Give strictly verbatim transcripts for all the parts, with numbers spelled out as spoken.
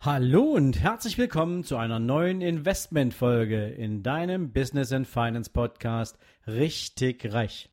Hallo und herzlich willkommen zu einer neuen Investmentfolge in deinem Business and Finance Podcast Richtig Reich.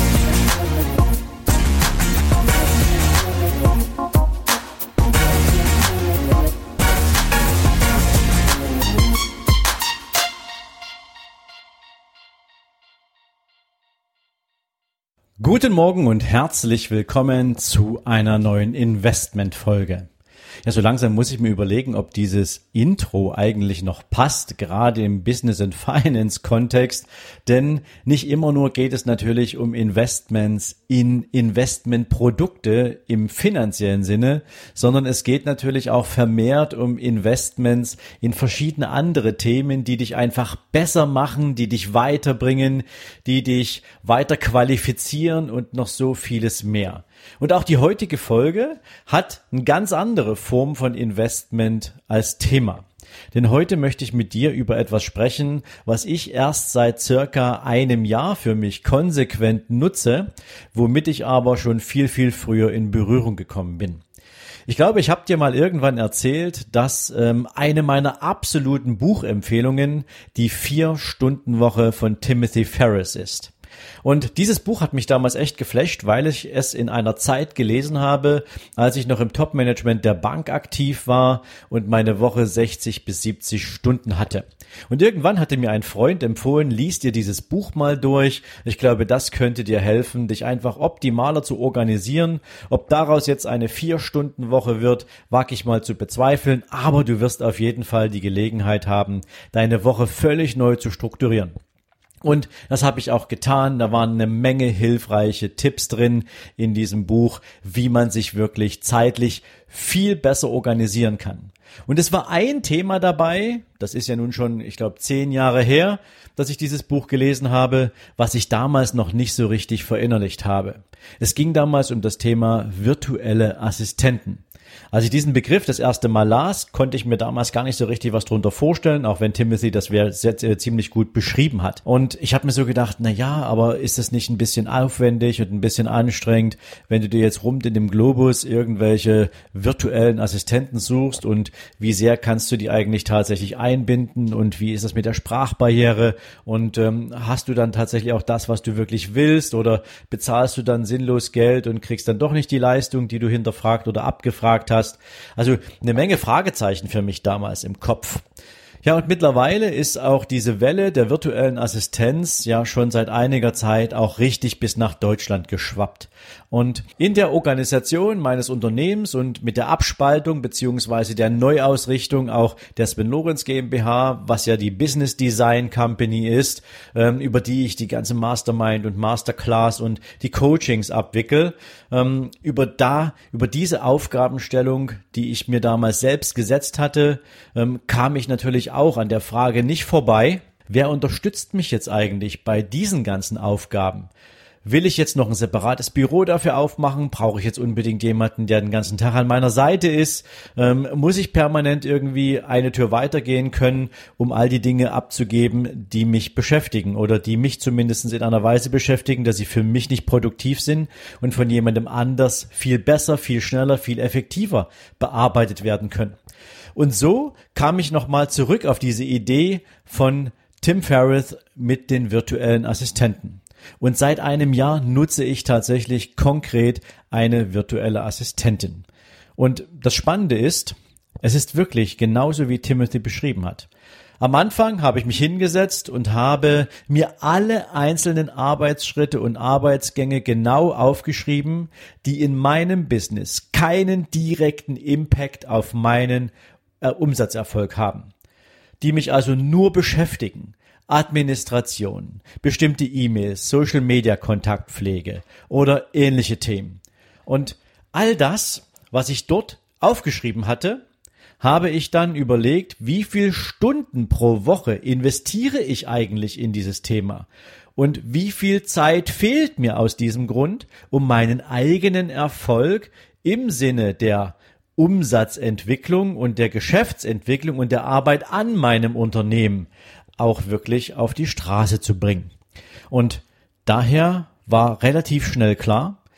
Guten Morgen und herzlich willkommen zu einer neuen Investmentfolge. Ja, so langsam muss ich mir überlegen, ob dieses Intro eigentlich noch passt, gerade im Business and Finance Kontext, denn nicht immer nur geht es natürlich um Investments in Investmentprodukte im finanziellen Sinne, sondern es geht natürlich auch vermehrt um Investments in verschiedene andere Themen, die dich einfach besser machen, die dich weiterbringen, die dich weiter qualifizieren und noch so vieles mehr. Und auch die heutige Folge hat eine ganz andere Form von Investment als Thema. Denn heute möchte ich mit dir über etwas sprechen, was ich erst seit circa einem Jahr für mich konsequent nutze, womit ich aber schon viel, viel früher in Berührung gekommen bin. Ich glaube, ich habe dir mal irgendwann erzählt, dass ähm, eine meiner absoluten Buchempfehlungen die Vier-Stunden-Woche von Timothy Ferriss ist. Und dieses Buch hat mich damals echt geflasht, weil ich es in einer Zeit gelesen habe, als ich noch im Top-Management der Bank aktiv war und meine Woche sechzig bis siebzig Stunden hatte. Und irgendwann hatte mir ein Freund empfohlen, lies dir dieses Buch mal durch. Ich glaube, das könnte dir helfen, dich einfach optimaler zu organisieren. Ob daraus jetzt eine Vier-Stunden-Woche wird, wage ich mal zu bezweifeln, aber du wirst auf jeden Fall die Gelegenheit haben, deine Woche völlig neu zu strukturieren. Und das habe ich auch getan. Da waren eine Menge hilfreiche Tipps drin in diesem Buch, wie man sich wirklich zeitlich viel besser organisieren kann. Und es war ein Thema dabei, das ist ja nun schon, ich glaube, zehn Jahre her, dass ich dieses Buch gelesen habe, was ich damals noch nicht so richtig verinnerlicht habe. Es ging damals um das Thema virtuelle Assistenten. Als ich diesen Begriff das erste Mal las, konnte ich mir damals gar nicht so richtig was drunter vorstellen, auch wenn Timothy das sehr, sehr, ziemlich gut beschrieben hat. Und ich habe mir so gedacht, na ja, aber ist das nicht ein bisschen aufwendig und ein bisschen anstrengend, wenn du dir jetzt rund in dem Globus irgendwelche virtuellen Assistenten suchst und wie sehr kannst du die eigentlich tatsächlich einbinden und wie ist das mit der Sprachbarriere und ähm, hast du dann tatsächlich auch das, was du wirklich willst oder bezahlst du dann sinnlos Geld und kriegst dann doch nicht die Leistung, die du hinterfragt oder abgefragt hast. Also eine Menge Fragezeichen für mich damals im Kopf. Ja, und mittlerweile ist auch diese Welle der virtuellen Assistenz ja schon seit einiger Zeit auch richtig bis nach Deutschland geschwappt. Und in der Organisation meines Unternehmens und mit der Abspaltung beziehungsweise der Neuausrichtung auch der Sven Lorenz GmbH, was ja die Business Design Company ist, ähm, über die ich die ganze Mastermind und Masterclass und die Coachings abwickel, ähm, über da, über diese Aufgabenstellung, die ich mir damals selbst gesetzt hatte, ähm, kam ich natürlich auch an der Frage nicht vorbei, wer unterstützt mich jetzt eigentlich bei diesen ganzen Aufgaben? Will ich jetzt noch ein separates Büro dafür aufmachen? Brauche ich jetzt unbedingt jemanden, der den ganzen Tag an meiner Seite ist? Ähm, muss ich permanent irgendwie eine Tür weitergehen können, um all die Dinge abzugeben, die mich beschäftigen oder die mich zumindest in einer Weise beschäftigen, dass sie für mich nicht produktiv sind und von jemandem anders viel besser, viel schneller, viel effektiver bearbeitet werden können? Und so kam ich nochmal zurück auf diese Idee von Tim Ferriss mit den virtuellen Assistenten. Und seit einem Jahr nutze ich tatsächlich konkret eine virtuelle Assistentin. Und das Spannende ist, es ist wirklich genauso, wie Timothy beschrieben hat. Am Anfang habe ich mich hingesetzt und habe mir alle einzelnen Arbeitsschritte und Arbeitsgänge genau aufgeschrieben, die in meinem Business keinen direkten Impact auf meinen äh, Umsatzerfolg haben, die mich also nur beschäftigen. Administration, bestimmte E-Mails, Social-Media-Kontaktpflege oder ähnliche Themen. Und all das, was ich dort aufgeschrieben hatte, habe ich dann überlegt, wie viel Stunden pro Woche investiere ich eigentlich in dieses Thema und wie viel Zeit fehlt mir aus diesem Grund, um meinen eigenen Erfolg im Sinne der Umsatzentwicklung und der Geschäftsentwicklung und der Arbeit an meinem Unternehmen auch wirklich auf die Straße zu bringen. Und daher war relativ schnell klar,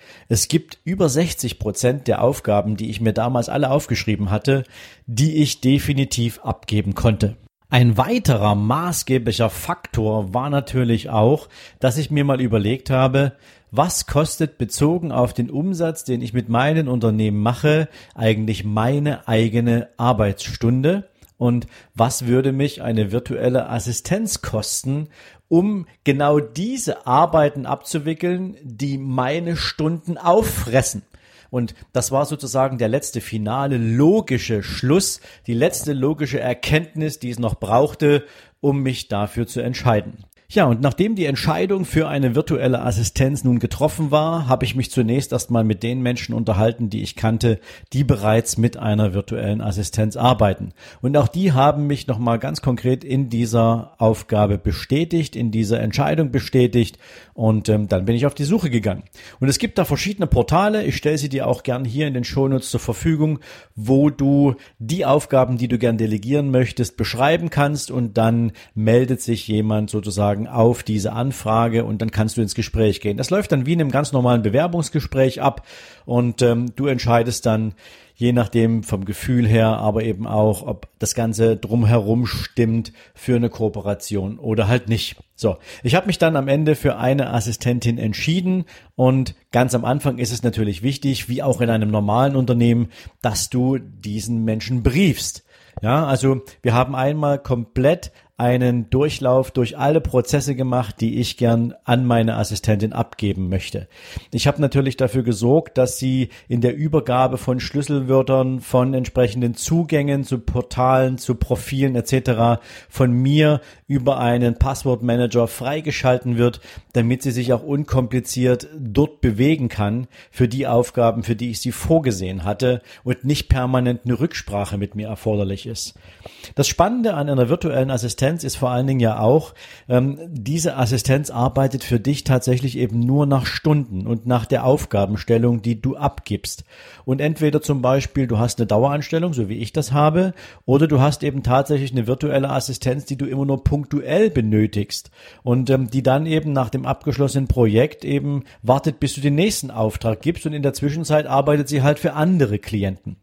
Es gibt über sechzig Prozent der Aufgaben, die ich mir damals alle aufgeschrieben hatte, die ich definitiv abgeben konnte. Ein weiterer maßgeblicher Faktor war natürlich auch, dass ich mir mal überlegt habe, was kostet bezogen auf den Umsatz, den ich mit meinen Unternehmen mache, eigentlich meine eigene Arbeitsstunde und was würde mich eine virtuelle Assistenz kosten, um genau diese Arbeiten abzuwickeln, die meine Stunden auffressen. Und das war sozusagen der letzte finale logische Schluss, die letzte logische Erkenntnis, die es noch brauchte, um mich dafür zu entscheiden. Ja, und nachdem die Entscheidung für eine virtuelle Assistenz nun getroffen war, habe ich mich zunächst erstmal mit den Menschen unterhalten, die ich kannte, die bereits mit einer virtuellen Assistenz arbeiten. Und auch die haben mich nochmal ganz konkret in dieser Aufgabe bestätigt, in dieser Entscheidung bestätigt und ähm, dann bin ich auf die Suche gegangen. Und es gibt da verschiedene Portale, ich stelle sie dir auch gern hier in den Shownotes zur Verfügung, wo du die Aufgaben, die du gern delegieren möchtest, beschreiben kannst und dann meldet sich jemand sozusagen auf diese Anfrage und dann kannst du ins Gespräch gehen. Das läuft dann wie in einem ganz normalen Bewerbungsgespräch ab und ähm, du entscheidest dann, je nachdem vom Gefühl her, aber eben auch, ob das Ganze drumherum stimmt für eine Kooperation oder halt nicht. So, ich habe mich dann am Ende für eine Assistentin entschieden und ganz am Anfang ist es natürlich wichtig, wie auch in einem normalen Unternehmen, dass du diesen Menschen briefst. Ja, also wir haben einmal komplett einen Durchlauf durch alle Prozesse gemacht, die ich gern an meine Assistentin abgeben möchte. Ich habe natürlich dafür gesorgt, dass sie in der Übergabe von Schlüsselwörtern, von entsprechenden Zugängen zu Portalen, zu Profilen et cetera von mir über einen Passwortmanager freigeschalten wird, damit sie sich auch unkompliziert dort bewegen kann für die Aufgaben, für die ich sie vorgesehen hatte und nicht permanent eine Rücksprache mit mir erforderlich ist. Das Spannende an einer virtuellen Assistenz ist vor allen Dingen ja auch, ähm, diese Assistenz arbeitet für dich tatsächlich eben nur nach Stunden und nach der Aufgabenstellung, die du abgibst. Und entweder zum Beispiel, du hast eine Daueranstellung, so wie ich das habe, oder du hast eben tatsächlich eine virtuelle Assistenz, die du immer nur punktuell benötigst und ähm, die dann eben nach dem abgeschlossenen Projekt eben wartet, bis du den nächsten Auftrag gibst und in der Zwischenzeit arbeitet sie halt für andere Klienten.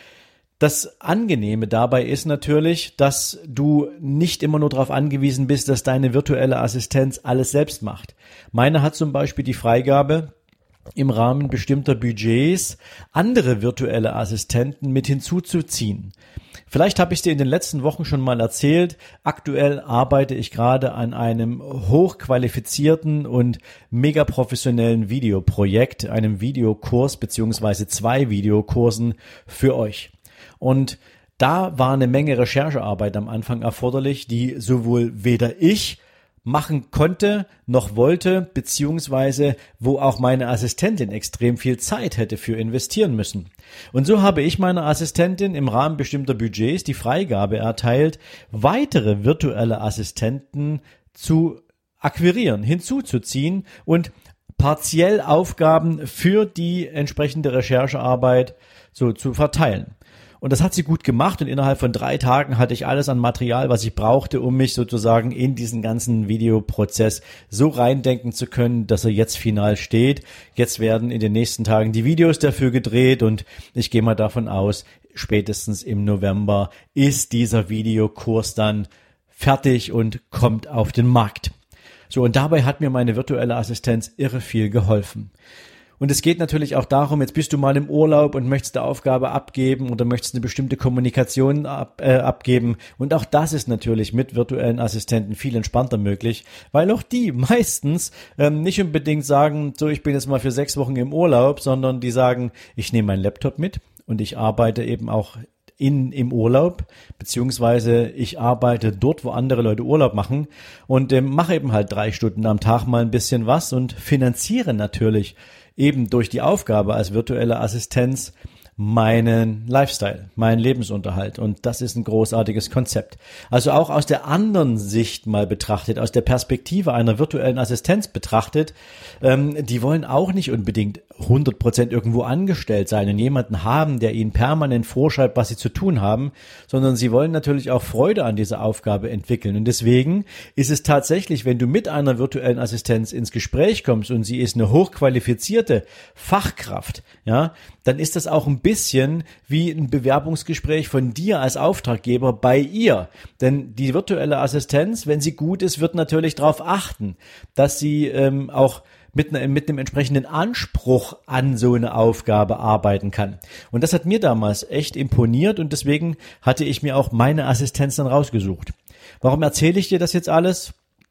Das Angenehme dabei ist natürlich, dass du nicht immer nur darauf angewiesen bist, dass deine virtuelle Assistenz alles selbst macht. Meine hat zum Beispiel die Freigabe, im Rahmen bestimmter Budgets andere virtuelle Assistenten mit hinzuzuziehen. Vielleicht habe ich dir in den letzten Wochen schon mal erzählt, aktuell arbeite ich gerade an einem hochqualifizierten und mega professionellen Videoprojekt, einem Videokurs beziehungsweise zwei Videokursen für euch. Und da war eine Menge Recherchearbeit am Anfang erforderlich, die sowohl weder ich machen konnte, noch wollte, beziehungsweise wo auch meine Assistentin extrem viel Zeit hätte für investieren müssen. Und so habe ich meiner Assistentin im Rahmen bestimmter Budgets die Freigabe erteilt, weitere virtuelle Assistenten zu akquirieren, hinzuzuziehen und partiell Aufgaben für die entsprechende Recherchearbeit so zu verteilen. Und das hat sie gut gemacht und innerhalb von drei Tagen hatte ich alles an Material, was ich brauchte, um mich sozusagen in diesen ganzen Videoprozess so reindenken zu können, dass er jetzt final steht. Jetzt werden in den nächsten Tagen die Videos dafür gedreht und ich gehe mal davon aus, spätestens im November ist dieser Videokurs dann fertig und kommt auf den Markt. So, und dabei hat mir meine virtuelle Assistenz irre viel geholfen. Und es geht natürlich auch darum, jetzt bist du mal im Urlaub und möchtest eine Aufgabe abgeben oder möchtest eine bestimmte Kommunikation ab, äh, abgeben. Und auch das ist natürlich mit virtuellen Assistenten viel entspannter möglich, weil auch die meistens ähm, nicht unbedingt sagen, so ich bin jetzt mal für sechs Wochen im Urlaub, sondern die sagen, ich nehme meinen Laptop mit und ich arbeite eben auch in im Urlaub, beziehungsweise ich arbeite dort, wo andere Leute Urlaub machen und ähm, mache eben halt drei Stunden am Tag mal ein bisschen was und finanziere natürlich eben durch die Aufgabe als virtuelle Assistenz meinen Lifestyle, meinen Lebensunterhalt. Und das ist ein großartiges Konzept. Also auch aus der anderen Sicht mal betrachtet, aus der Perspektive einer virtuellen Assistenz betrachtet, ähm, die wollen auch nicht unbedingt hundert Prozent irgendwo angestellt sein und jemanden haben, der ihnen permanent vorschreibt, was sie zu tun haben, sondern sie wollen natürlich auch Freude an dieser Aufgabe entwickeln. Und deswegen ist es tatsächlich, wenn du mit einer virtuellen Assistenz ins Gespräch kommst und sie ist eine hochqualifizierte Fachkraft, ja, dann ist das auch ein bisschen wie ein Bewerbungsgespräch von dir als Auftraggeber bei ihr. Denn die virtuelle Assistenz, wenn sie gut ist, wird natürlich darauf achten, dass sie ähm, auch mit, ne, mit einem entsprechenden Anspruch an so eine Aufgabe arbeiten kann. Und das hat mir damals echt imponiert und deswegen hatte ich mir auch meine Assistenz dann rausgesucht. Warum erzähle ich dir das jetzt alles?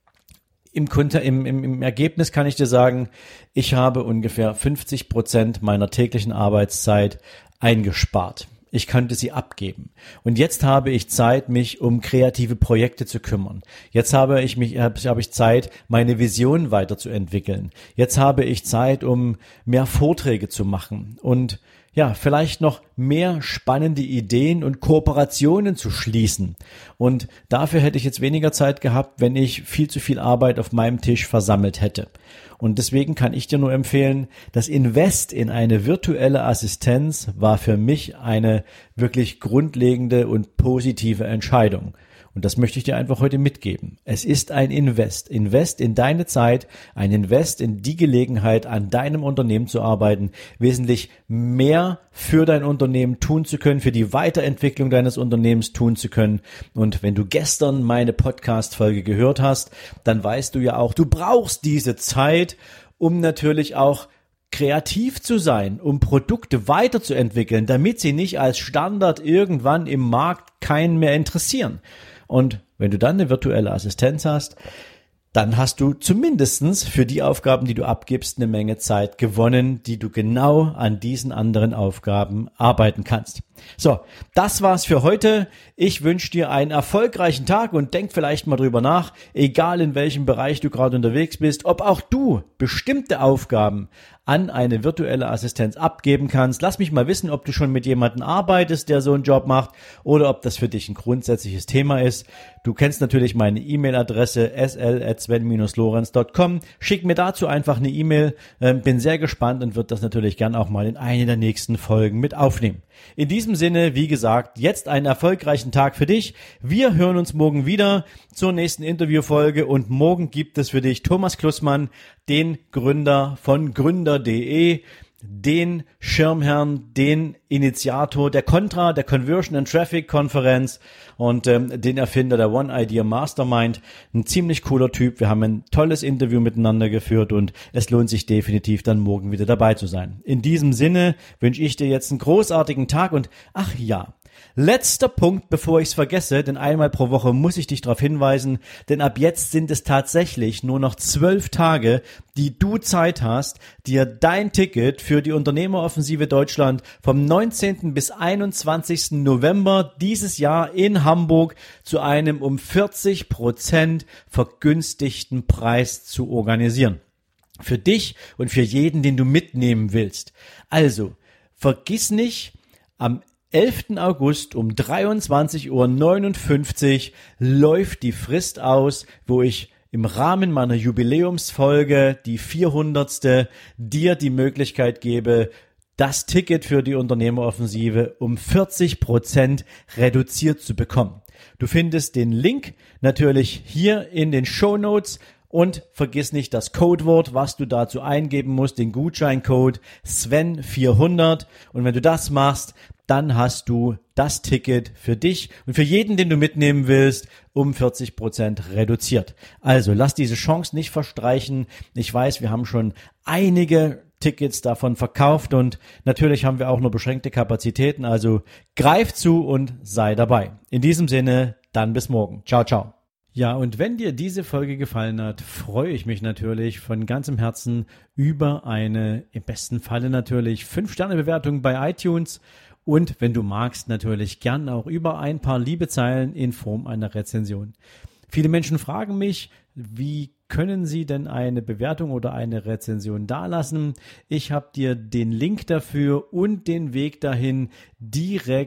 Im, im, im, Im Ergebnis kann ich dir sagen, ich habe ungefähr fünfzig Prozent meiner täglichen Arbeitszeit eingespart. Ich könnte sie abgeben. Und jetzt habe ich Zeit, mich um kreative Projekte zu kümmern. Jetzt habe ich mich, habe ich Zeit, meine Vision weiterzuentwickeln. Jetzt habe ich Zeit, um mehr Vorträge zu machen und ja, vielleicht noch mehr spannende Ideen und Kooperationen zu schließen. Und dafür hätte ich jetzt weniger Zeit gehabt, wenn ich viel zu viel Arbeit auf meinem Tisch versammelt hätte. Und deswegen kann ich dir nur empfehlen, das Invest in eine virtuelle Assistenz war für mich eine wirklich grundlegende und positive Entscheidung. Und das möchte ich dir einfach heute mitgeben. Es ist ein Invest. Invest in deine Zeit, ein Invest in die Gelegenheit, an deinem Unternehmen zu arbeiten, wesentlich mehr für dein Unternehmen tun zu können, für die Weiterentwicklung deines Unternehmens tun zu können. Und wenn du gestern meine Podcast-Folge gehört hast, dann weißt du ja auch, du brauchst diese Zeit, um natürlich auch kreativ zu sein, um Produkte weiterzuentwickeln, damit sie nicht als Standard irgendwann im Markt keinen mehr interessieren. Und wenn du dann eine virtuelle Assistenz hast, dann hast du zumindestens für die Aufgaben, die du abgibst, eine Menge Zeit gewonnen, die du genau an diesen anderen Aufgaben arbeiten kannst. So, das war's für heute. Ich wünsche dir einen erfolgreichen Tag und denk vielleicht mal drüber nach, egal in welchem Bereich du gerade unterwegs bist, ob auch du bestimmte Aufgaben an eine virtuelle Assistenz abgeben kannst. Lass mich mal wissen, ob du schon mit jemandem arbeitest, der so einen Job macht oder ob das für dich ein grundsätzliches Thema ist. Du kennst natürlich meine E-Mail-Adresse s l at sven dash lorenz dot com. Schick mir dazu einfach eine E-Mail. Bin sehr gespannt und würde das natürlich gern auch mal in eine der nächsten Folgen mit aufnehmen. In diesem Sinne, wie gesagt, jetzt einen erfolgreichen Tag für dich. Wir hören uns morgen wieder zur nächsten Interviewfolge und morgen gibt es für dich Thomas Klussmann, den Gründer von gründer punkt de, den Schirmherrn, den Initiator der Contra, der Conversion and Traffic Konferenz und ähm, den Erfinder der One Idea Mastermind. Ein ziemlich cooler Typ. Wir haben ein tolles Interview miteinander geführt und es lohnt sich definitiv dann morgen wieder dabei zu sein. In diesem Sinne wünsche ich dir jetzt einen großartigen Tag und ach ja, letzter Punkt, bevor ich es vergesse, denn einmal pro Woche muss ich dich darauf hinweisen, denn ab jetzt sind es tatsächlich nur noch zwölf Tage, die du Zeit hast, dir dein Ticket für die Unternehmeroffensive Deutschland vom neunzehnten bis einundzwanzigsten November dieses Jahr in Hamburg zu einem um vierzig Prozent vergünstigten Preis zu organisieren. Für dich und für jeden, den du mitnehmen willst. Also, vergiss nicht, am elften August um dreiundzwanzig Uhr neunundfünfzig läuft die Frist aus, wo ich im Rahmen meiner Jubiläumsfolge, die vierhundertste, dir die Möglichkeit gebe, das Ticket für die Unternehmeroffensive um vierzig Prozent reduziert zu bekommen. Du findest den Link natürlich hier in den Shownotes. Und vergiss nicht das Codewort, was du dazu eingeben musst, den Gutscheincode Sven vierhundert. Und wenn du das machst, dann hast du das Ticket für dich und für jeden, den du mitnehmen willst, um vierzig Prozent reduziert. Also lass diese Chance nicht verstreichen. Ich weiß, wir haben schon einige Tickets davon verkauft und natürlich haben wir auch nur beschränkte Kapazitäten. Also greif zu und sei dabei. In diesem Sinne, dann bis morgen. Ciao, ciao. Ja, und wenn dir diese Folge gefallen hat, freue ich mich natürlich von ganzem Herzen über eine, im besten Falle natürlich, fünf Sterne Bewertung bei iTunes und wenn du magst, natürlich gern auch über ein paar liebe Zeilen in Form einer Rezension. Viele Menschen fragen mich, wie können sie denn eine Bewertung oder eine Rezension dalassen? Ich habe dir den Link dafür und den Weg dahin direkt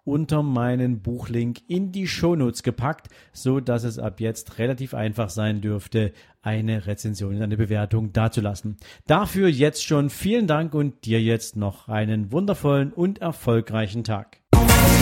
unter meinen Buchlink in die Shownotes gepackt, so dass es ab jetzt relativ einfach sein dürfte, eine Rezension, eine Bewertung dazulassen. Dafür jetzt schon vielen Dank und dir jetzt noch einen wundervollen und erfolgreichen Tag.